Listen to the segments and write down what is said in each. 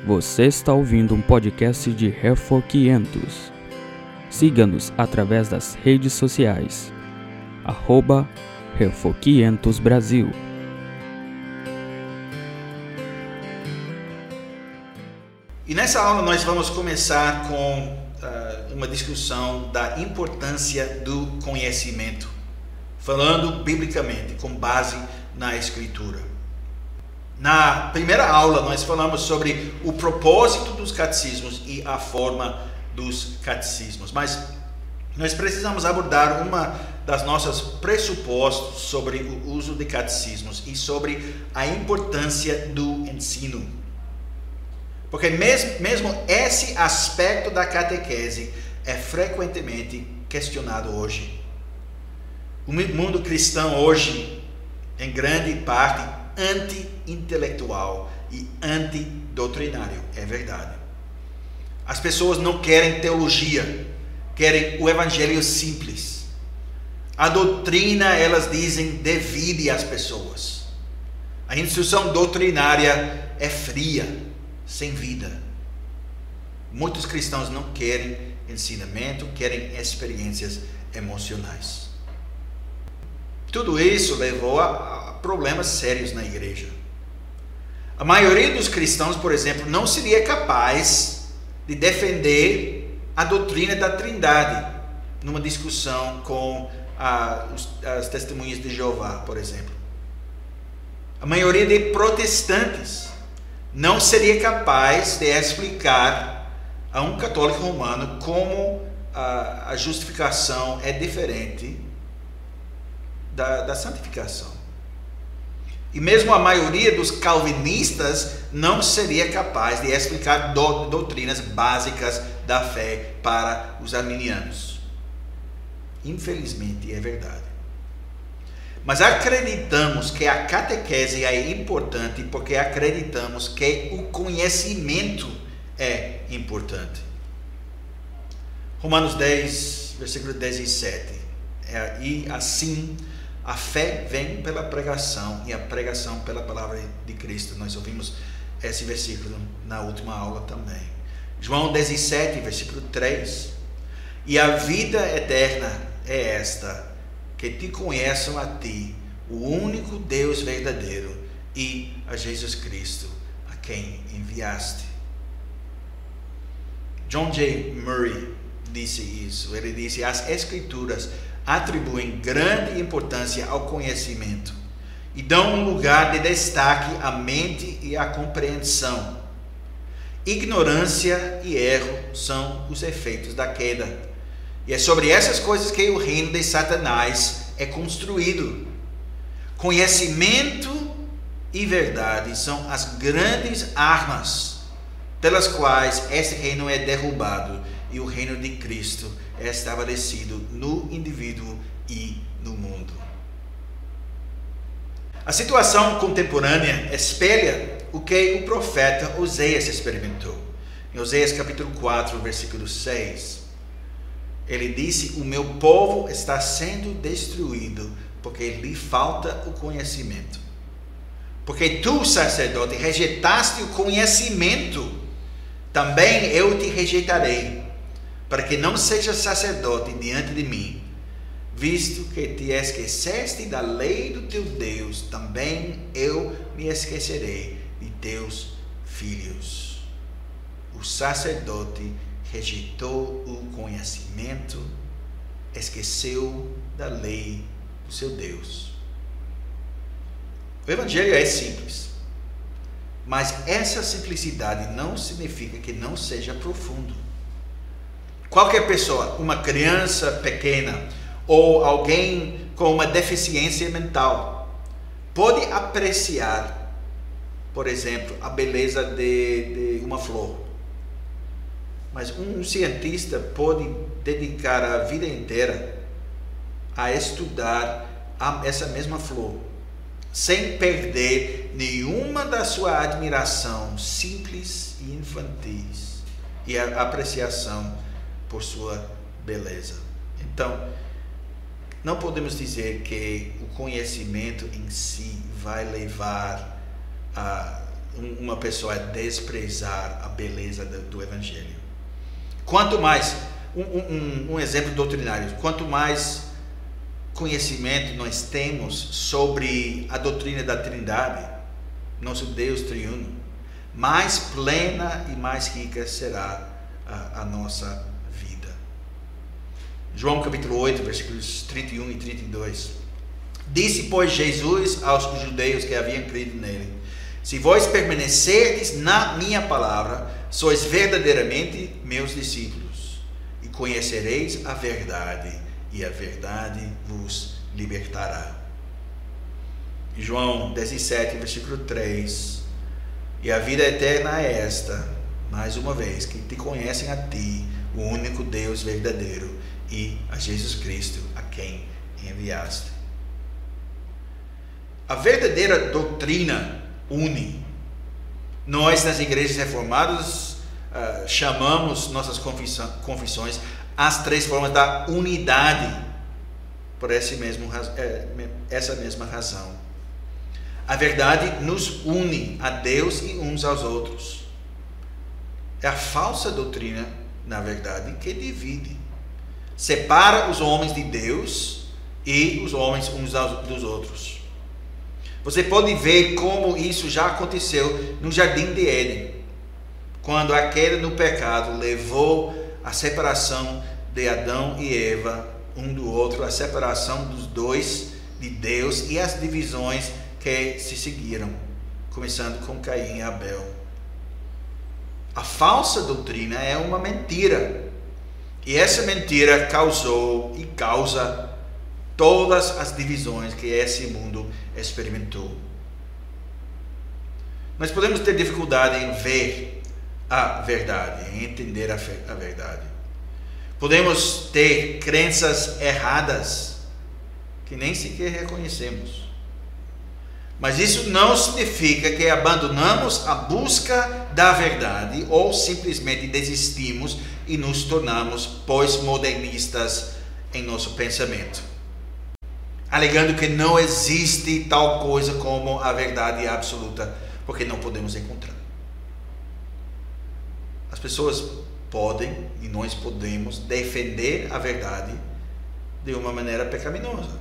Você está ouvindo um podcast de Refor 500. Siga-nos através das redes sociais. @Refor 500 Brasil. E nessa aula nós vamos começar com uma discussão da importância do conhecimento, falando biblicamente, com base na Escritura. Na primeira aula nós falamos sobre o propósito dos catecismos e a forma dos catecismos, mas nós precisamos abordar uma das nossas pressupostos sobre o uso de catecismos e sobre a importância do ensino. Porque mesmo esse aspecto da catequese é frequentemente questionado hoje. O mundo cristão hoje, em grande parte, anti-intelectual e anti-doutrinário, é verdade. As pessoas não querem teologia, querem o evangelho simples. A doutrina, elas dizem, divide as pessoas. A instrução doutrinária é fria, sem vida. Muitos cristãos não querem ensinamento, querem experiências emocionais. Tudo isso levou a problemas sérios na igreja. A maioria dos cristãos, por exemplo, não seria capaz de defender a doutrina da Trindade numa discussão com as testemunhas de Jeová, por exemplo. A maioria de protestantes não seria capaz de explicar a um católico romano como a justificação é diferente da santificação. E mesmo a maioria dos calvinistas não seria capaz de explicar doutrinas básicas da fé para os arminianos. Infelizmente, é verdade. Mas acreditamos que a catequese é importante porque acreditamos que o conhecimento é importante. Romanos 10, versículo 17. E assim, a fé vem pela pregação e a pregação pela palavra de Cristo. Nós ouvimos esse versículo na última aula também. João 17, versículo 3. E a vida eterna é esta, que te conheçam a ti, o único Deus verdadeiro, e a Jesus Cristo, a quem enviaste. John J. Murray disse isso. Ele disse: as Escrituras atribuem grande importância ao conhecimento e dão um lugar de destaque à mente e à compreensão. Ignorância e erro são os efeitos da queda. E é sobre essas coisas que o reino de Satanás é construído. Conhecimento e verdade são as grandes armas pelas quais esse reino é derrubado e o reino de Cristo é estabelecido no indivíduo e no mundo. A situação contemporânea espelha o que o profeta Oséias experimentou. Em Oséias capítulo 4, versículo 6, ele disse: o meu povo está sendo destruído porque lhe falta o conhecimento. Porque tu, sacerdote, rejeitaste o conhecimento, também eu te rejeitarei, para que não sejas sacerdote diante de mim, visto que te esqueceste da lei do teu Deus, também eu me esquecerei de teus filhos. O sacerdote rejeitou o conhecimento, esqueceu da lei do seu Deus. O evangelho é simples, mas essa simplicidade não significa que não seja profundo. Qualquer pessoa, uma criança pequena ou alguém com uma deficiência mental, pode apreciar, por exemplo, a beleza de uma flor. Mas um cientista pode dedicar a vida inteira a estudar essa mesma flor, sem perder nenhuma da sua admiração simples e infantis e a apreciação por sua beleza. Então, não podemos dizer que o conhecimento em si vai levar a uma pessoa desprezar a beleza do Evangelho. Quanto mais, um exemplo doutrinário, quanto mais conhecimento nós temos sobre a doutrina da Trindade, nosso Deus triuno, mais plena e mais rica será a nossa vida. João capítulo 8, versículos 31 e 32. Disse, pois, Jesus aos judeus que haviam crido nele: se vós permanecerdes na minha palavra, sois verdadeiramente meus discípulos, e conhecereis a verdade, e a verdade vos libertará. João 17, versículo 3. E a vida eterna é esta, mais uma vez, que te conhecem a ti, o único Deus verdadeiro, e a Jesus Cristo, a quem enviaste. A verdadeira doutrina une. Nós, nas igrejas reformadas, chamamos nossas confissões as três formas da unidade, por essa mesma razão. A verdade nos une a Deus e uns aos outros. É a falsa doutrina, na verdade, que divide. Separa os homens de Deus e os homens uns dos outros. Você pode ver como isso já aconteceu no Jardim de Éden, quando a queda no pecado levou à separação de Adão e Eva, um do outro, a separação dos dois de Deus e as divisões que se seguiram, começando com Caim e Abel. A falsa doutrina é uma mentira, e essa mentira causou e causa todas as divisões que esse mundo experimentou. Nós podemos ter dificuldade em ver a verdade, em entender a verdade. Podemos ter crenças erradas que nem sequer reconhecemos. Mas isso não significa que abandonamos a busca da verdade ou simplesmente desistimos e nos tornamos pós-modernistas em nosso pensamento, alegando que não existe tal coisa como a verdade absoluta, porque não podemos encontrar. As pessoas podem e nós podemos defender a verdade de uma maneira pecaminosa.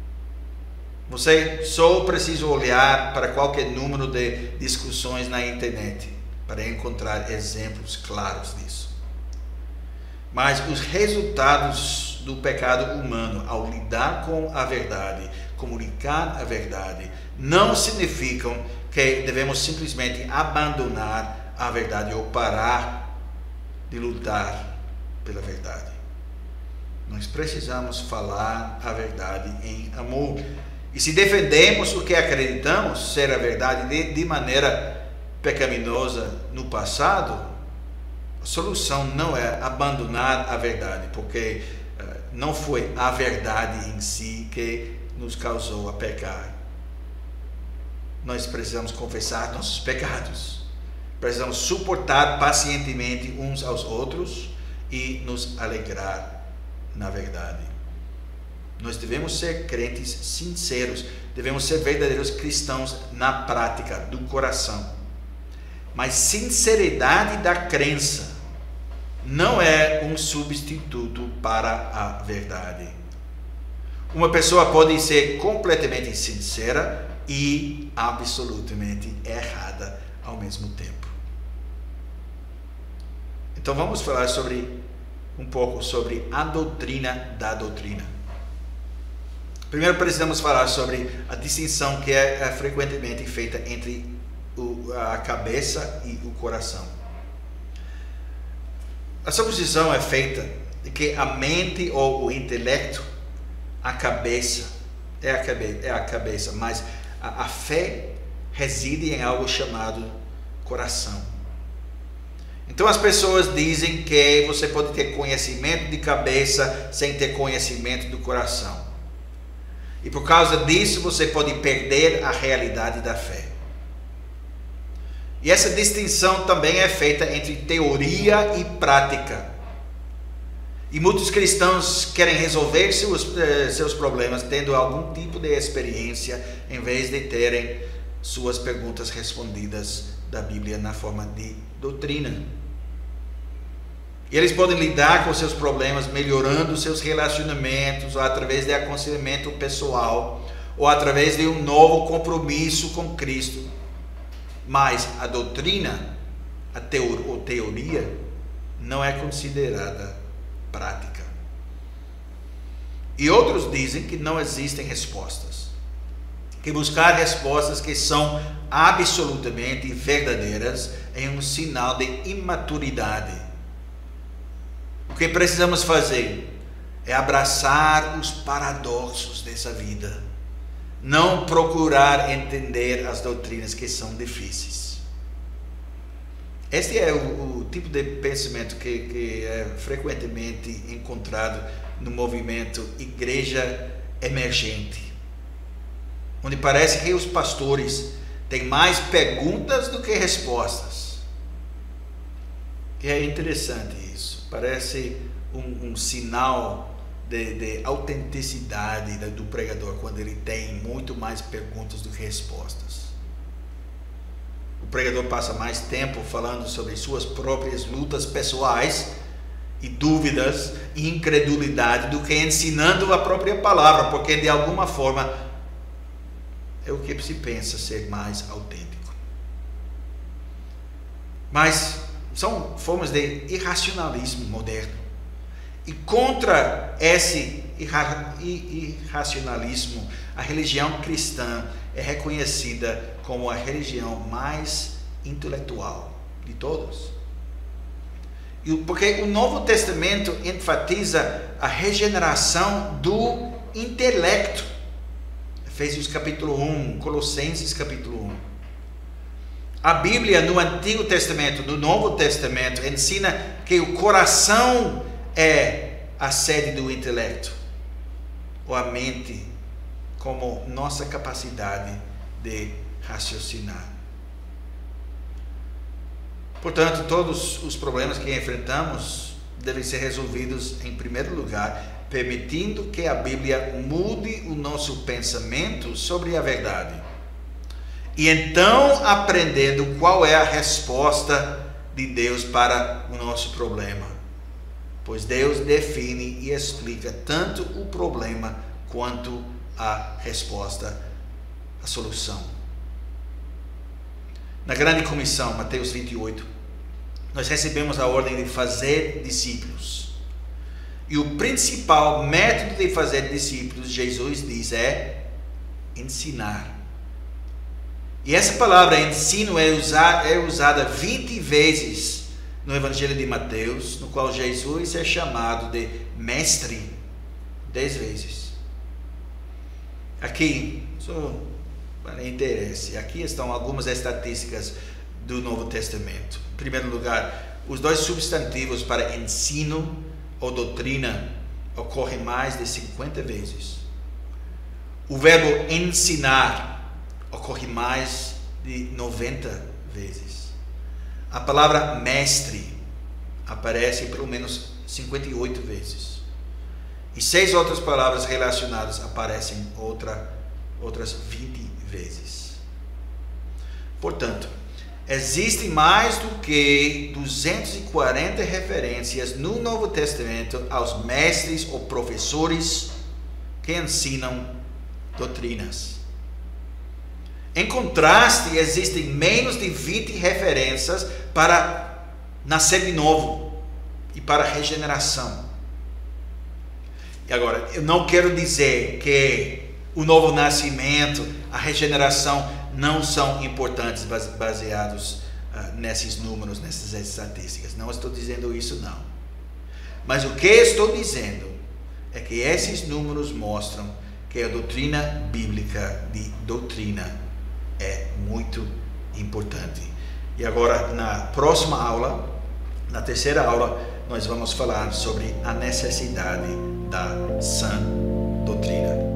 Você só precisa olhar para qualquer número de discussões na internet para encontrar exemplos claros disso. Mas os resultados do pecado humano ao lidar com a verdade, comunicar a verdade, não significam que devemos simplesmente abandonar a verdade ou parar de lutar pela verdade. Nós precisamos falar a verdade em amor. E se defendemos o que acreditamos ser a verdade de maneira pecaminosa no passado, a solução não é abandonar a verdade, porque não foi a verdade em si que nos causou a pecar. Nós precisamos confessar nossos pecados. Precisamos suportar pacientemente uns aos outros e nos alegrar na verdade. Nós devemos ser crentes sinceros, devemos ser verdadeiros cristãos na prática, do coração. Mas sinceridade da crença não é um substituto para a verdade. Uma pessoa pode ser completamente sincera e absolutamente errada ao mesmo tempo. Então vamos falar um pouco sobre a doutrina da doutrina. Primeiro precisamos falar sobre a distinção que é frequentemente feita entre a cabeça e o coração. A suposição é feita de que a mente ou o intelecto, a cabeça, é a cabeça, mas a fé reside em algo chamado coração. Então as pessoas dizem que você pode ter conhecimento de cabeça sem ter conhecimento do coração. E por causa disso você pode perder a realidade da fé. E essa distinção também é feita entre teoria e prática. E muitos cristãos querem resolver seus problemas tendo algum tipo de experiência em vez de terem suas perguntas respondidas da Bíblia na forma de doutrina. E eles podem lidar com seus problemas melhorando seus relacionamentos, ou através de aconselhamento pessoal, ou através de um novo compromisso com Cristo. Mas a doutrina, ou teoria, não é considerada prática. E outros dizem que não existem respostas, que buscar respostas que são absolutamente verdadeiras é um sinal de imaturidade. O que precisamos fazer é abraçar os paradoxos dessa vida, não procurar entender as doutrinas que são difíceis. Este é o tipo de pensamento que é frequentemente encontrado no movimento igreja emergente, onde parece que os pastores têm mais perguntas do que respostas. E é interessante isso, parece um sinal de autenticidade do pregador, quando ele tem muito mais perguntas do que respostas. O pregador passa mais tempo falando sobre suas próprias lutas pessoais e dúvidas e incredulidade do que ensinando a própria palavra, porque de alguma forma é o que se pensa ser mais autêntico. Mas são formas de irracionalismo moderno. E contra esse irracionalismo, a religião cristã é reconhecida como a religião mais intelectual de todas. Porque o Novo Testamento enfatiza a regeneração do intelecto. Efésios capítulo 1, Colossenses capítulo 1. A Bíblia no Antigo Testamento, no Novo Testamento, ensina que o coração é a sede do intelecto, ou a mente, como nossa capacidade de raciocinar. Portanto, todos os problemas que enfrentamos devem ser resolvidos, em primeiro lugar, permitindo que a Bíblia mude o nosso pensamento sobre a verdade. E então aprendendo qual é a resposta de Deus para o nosso problema. Pois Deus define e explica tanto o problema quanto a resposta, a solução. Na grande comissão, Mateus 28, nós recebemos a ordem de fazer discípulos. E o principal método de fazer discípulos, Jesus diz, é ensinar. E essa palavra ensino é usada 20 vezes no Evangelho de Mateus, no qual Jesus é chamado de mestre 10 vezes. Aqui, só para interesse, aqui estão algumas estatísticas do Novo Testamento. Em primeiro lugar, os dois substantivos para ensino ou doutrina ocorrem mais de 50 vezes. O verbo ensinar ocorre mais de 90 vezes. A palavra mestre aparece pelo menos 58 vezes. E 6 outras palavras relacionadas aparecem outras 20 vezes. Portanto, existem mais do que 240 referências no Novo Testamento aos mestres ou professores que ensinam doutrinas. Em contraste, existem menos de 20 referências para nascer de novo e para regeneração. E agora, eu não quero dizer que o novo nascimento, a regeneração não são importantes baseados nesses números, nessas estatísticas. Não estou dizendo isso, não. Mas o que estou dizendo é que esses números mostram que a doutrina bíblica de doutrina é muito importante. E agora, na próxima aula, na terceira aula, nós vamos falar sobre a necessidade da sã doutrina.